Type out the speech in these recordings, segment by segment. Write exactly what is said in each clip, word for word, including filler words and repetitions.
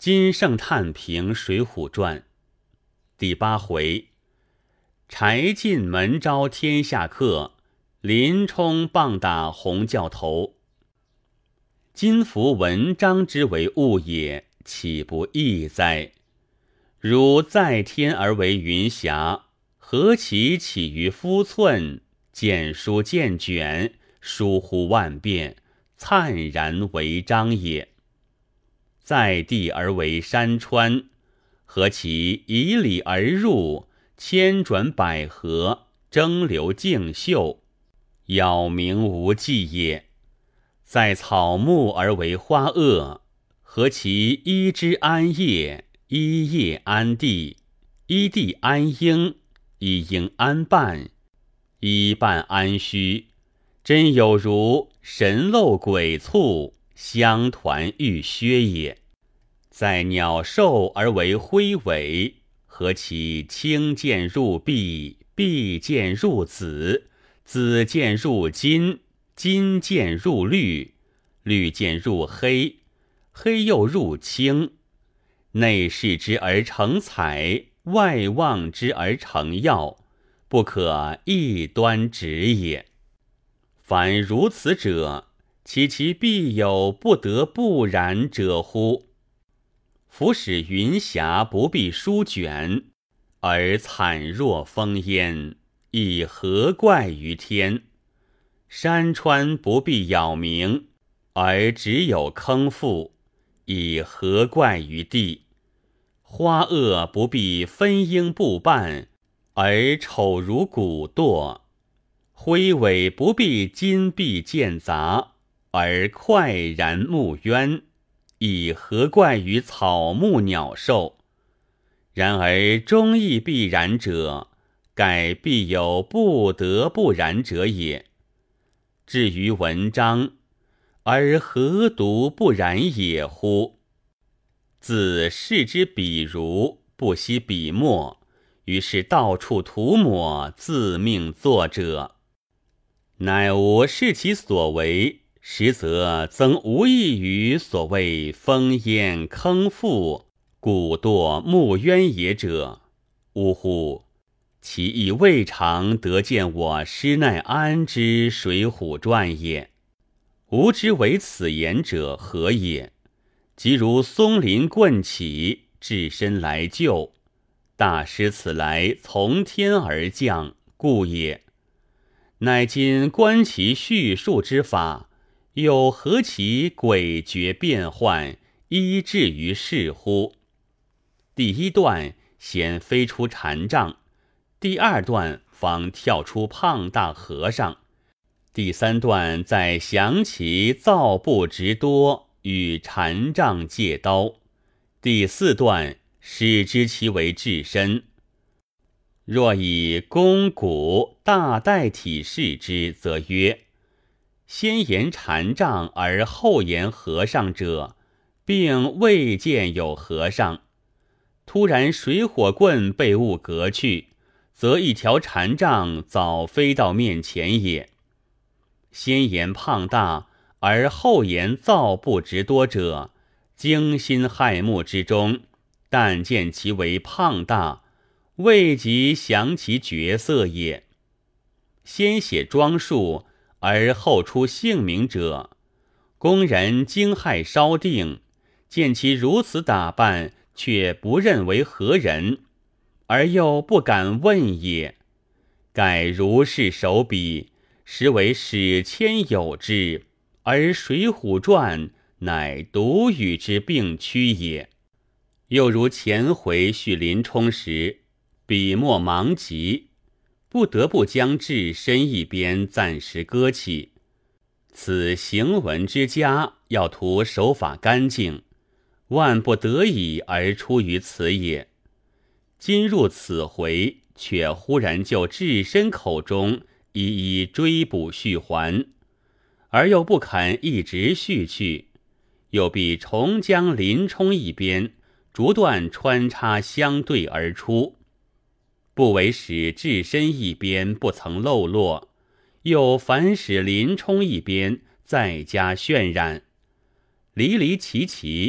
金圣叹评水浒传第八回，柴进门招天下客，林冲棒打洪教头。今夫文章之为物也，岂不义哉？如在天而为云霞，何其起于夫寸？见书见卷，疏忽万变，灿然为章也。在地而为山川，何其以里而入，千转百合，争流竞秀，杳冥无际也。在草木而为花萼，何其依之安叶，依叶安地，依地安应，依应安伴，依伴安虚，真有如神漏鬼簇，相团玉靴也。在鸟兽而为灰尾，何其青渐入碧，碧渐入紫，紫渐入金，金渐入绿，绿渐入黑，黑又入青。内视之而成彩，外望之而成耀，不可一端直也。凡如此者，其其必有不得不然者乎？夫使云霞不必舒卷，而惨若风烟，以何怪于天？山川不必杳冥，而只有坑覆，以何怪于地？花萼不必分英布瓣，而丑如骨堕；灰尾不必金碧渐杂，而快然目渊，以何怪于草木鸟兽？然而忠义必然者，盖必有不得不然者也。至于文章，而何独不然也乎？自视之笔如，不惜笔墨，于是到处涂抹，自命作者，乃无视其所为，实则曾无异于所谓风烟坑覆，骨堕木渊也者。呜呼！其意未尝得见我施耐庵之水浒传也。吾之为此言者何也？即如松林棍起，置身来救，大师此来从天而降，故也。乃今观其叙述之法，有何其诡谲变幻，医治于世乎？第一段先飞出禅杖，第二段方跳出胖大和尚，第三段再详其造步直多，与禅杖借刀，第四段使之其为至身。若以肱骨大代体视之，则曰：先言禅杖而后言和尚者，并未见有和尚。突然水火棍被物革去，则一条禅杖早飞到面前也。先言胖大而后言造步直多者，惊心骇目之中，但见其为胖大，未及详其角色也。先写装束而后出姓名者，工人惊骇稍定，见其如此打扮，却不认为何人，而又不敢问也。盖如是手笔，实为史迁有之，而水浒传乃独与之并驱也。又如前回叙林冲时，笔墨忙急，不得不将置身一边暂时搁弃。此行文之家，要图手法干净，万不得已而出于此也。今入此回，却忽然就置身口中一一追捕续还，而又不肯一直续去，又必重将林冲一边逐段穿插相对而出，不为使置身一边不曾漏落，又反使林冲一边再加渲染，离离奇奇，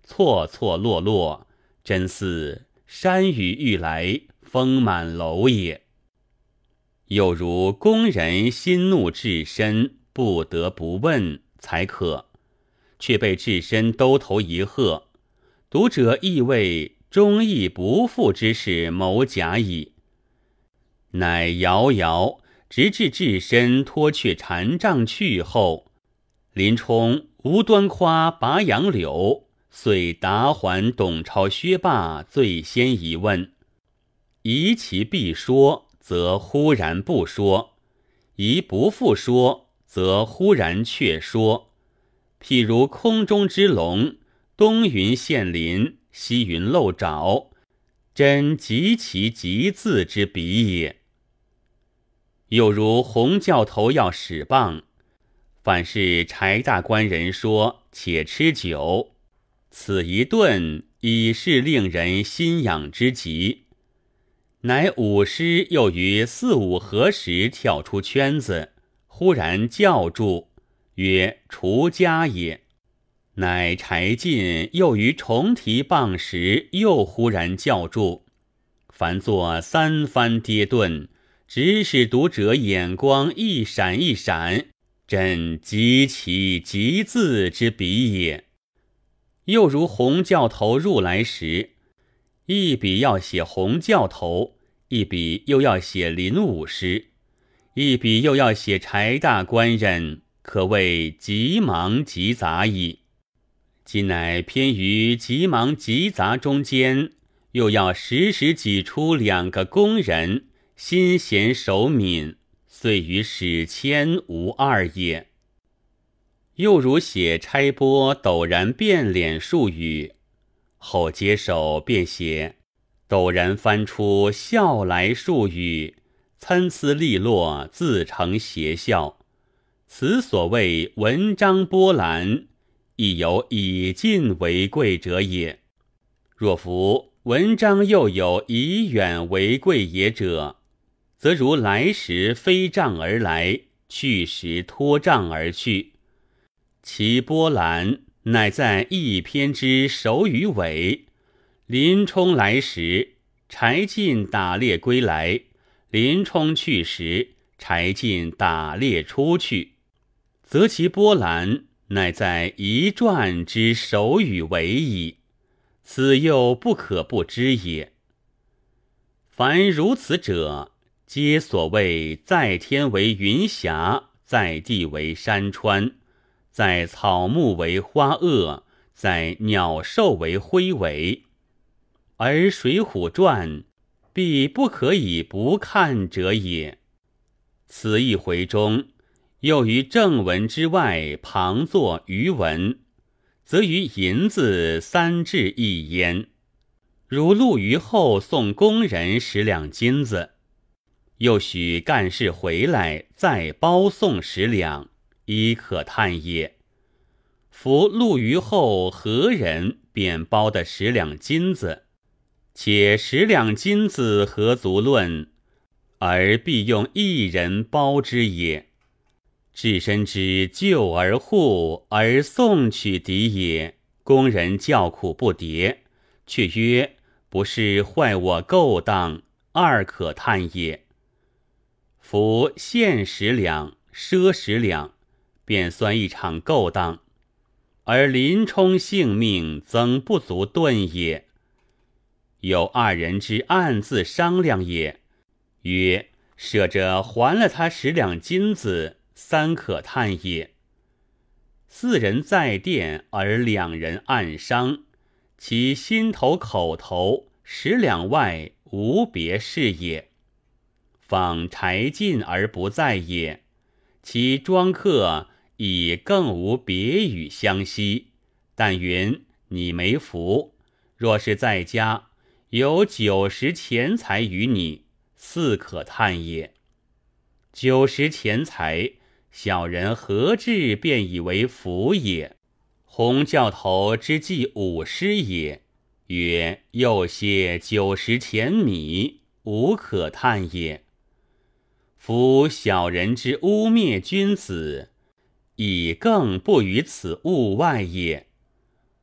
错错落落，真似山雨欲来风满楼也。又如工人心怒至深，不得不问才可，却被至深兜头一喝，读者亦谓忠义不复之事谋假矣。乃遥遥直至至深脱却禅杖去后，林冲无端夸拔杨柳，遂答还董超薛霸最先疑问，疑其必说，则忽然不说；疑不复说，则忽然却说。譬如空中之龙，东云现林，西云漏爪，真极其极字之比也。又如洪教头要使棒，凡是柴大官人说且吃酒，此一顿已是令人心痒之极。乃武师又于四五合时跳出圈子，忽然叫住，曰除家也。乃柴进又于重提棒时又忽然叫住，凡作三番跌顿，直使读者眼光一闪一闪，真极其极字之比也。又如洪教头入来时，一笔要写洪教头，一笔又要写林武师，一笔又要写柴大官人，可谓极忙极杂矣。今乃偏于极忙极杂中间，又要时时挤出两个工人，心闲手敏，遂与史谦无二也。又如写差拨陡然变脸数语，后接手便写陡然翻出笑来数语，参差利落，自成邪笑。此所谓文章波澜，亦有以近为贵者也。若夫文章又有以远为贵也者，则如来时飞杖而来，去时脱杖而去，其波澜乃在一篇之首与尾。林冲来时，柴进打猎归来；林冲去时，柴进打猎出去，则其波澜乃在一传之首与尾矣。此又不可不知也。凡如此者，皆所谓在天为云霞，在地为山川，在草木为花萼，在鸟兽为灰尾。而《水浒传》必不可以不看者也。此一回中，又于正文之外旁作余文，则于银子三至一焉。如陆虞后送工人十两金子，又许干事回来再包送十两，亦可叹也。夫陆虞后何人便包的十两金子？且十两金子何足论，而必用一人包之也。置身之救而护而送取敌也，工人叫苦不迭，却曰不是坏我勾当，二可叹也。夫现十两赊十两，便算一场勾当，而林冲性命曾不足顿也。有二人之暗自商量也，曰舍着还了他十两金子，三可叹也。四人在殿，而两人暗商，其心头口头十两外无别事也。访柴进而不在也，其庄客已更无别语相惜，但云你没福，若是在家，有九十钱财与你，四可叹也。九十钱财，小人何至便以为福也？洪教头之计五师也，曰又些九十钱米，无可叹也。夫小人之污蔑君子，亦更不于此物外也。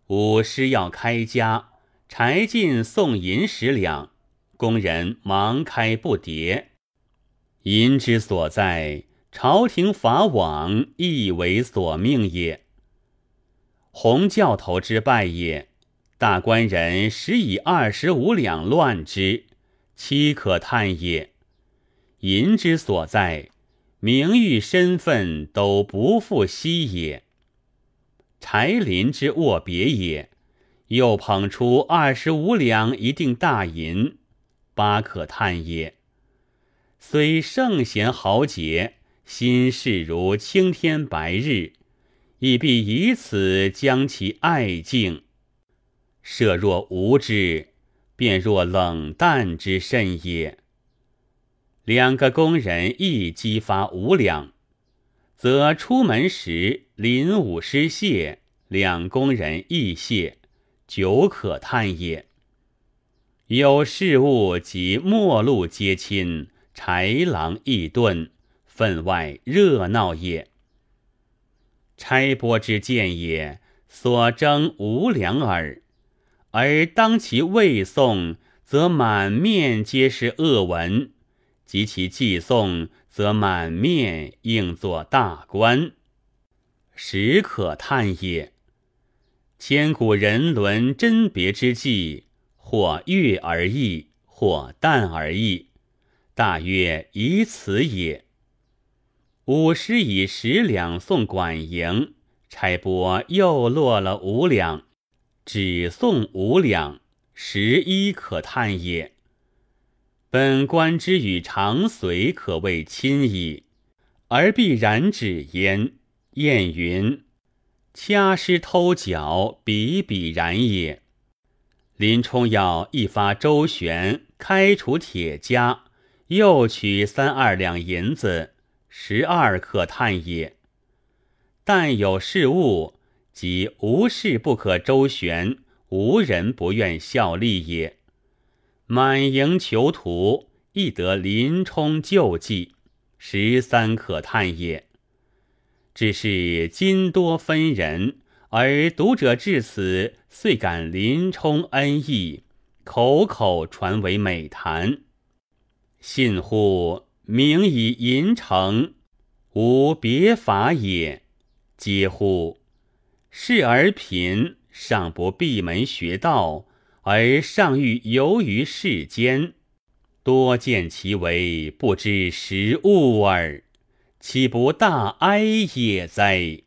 吾师要开家，柴进送银十两，工人忙开不迭。银之所在，朝廷法网亦为所命也。洪教头之败也，大官人实以二十五两乱之，岂可叹也？银之所在，名誉身份都不复惜也。柴林之握别也，又捧出二十五两一锭大银，八可叹也。虽圣贤豪杰，心事如青天白日，亦必以此将其爱敬。设若无之，便若冷淡之甚也。两个工人亦激发五两，则出门时临武师谢，两工人亦谢，久可叹也。有事物及陌路接亲，豺狼议顿，分外热闹也。差拨之见也，所争无两耳，而当其未送，则满面皆是恶文；及其既送，则满面应作大官，实可叹也。千古人伦甄别之际，或悦而异，或淡而异，大约以此也。武师以十两送管营，差拨又落了五两，只送五两，十一可叹也。本官之与常随可谓亲矣，而必然止焉。谚云：掐师偷脚，比比然也。林冲要一发周旋，开除铁枷，又取三二两银子，十二可叹也。但有事物，即无事不可周旋，无人不愿效力也。满营囚徒，亦得林冲救济，十三可叹也。只是今多分人，而读者至此遂感林冲恩义，口口传为美谈。信乎名以银成，无别法也。嗟乎！士而贫，尚不闭门学道，而尚欲游于世间，多见其为不知时务耳，岂不大哀也哉！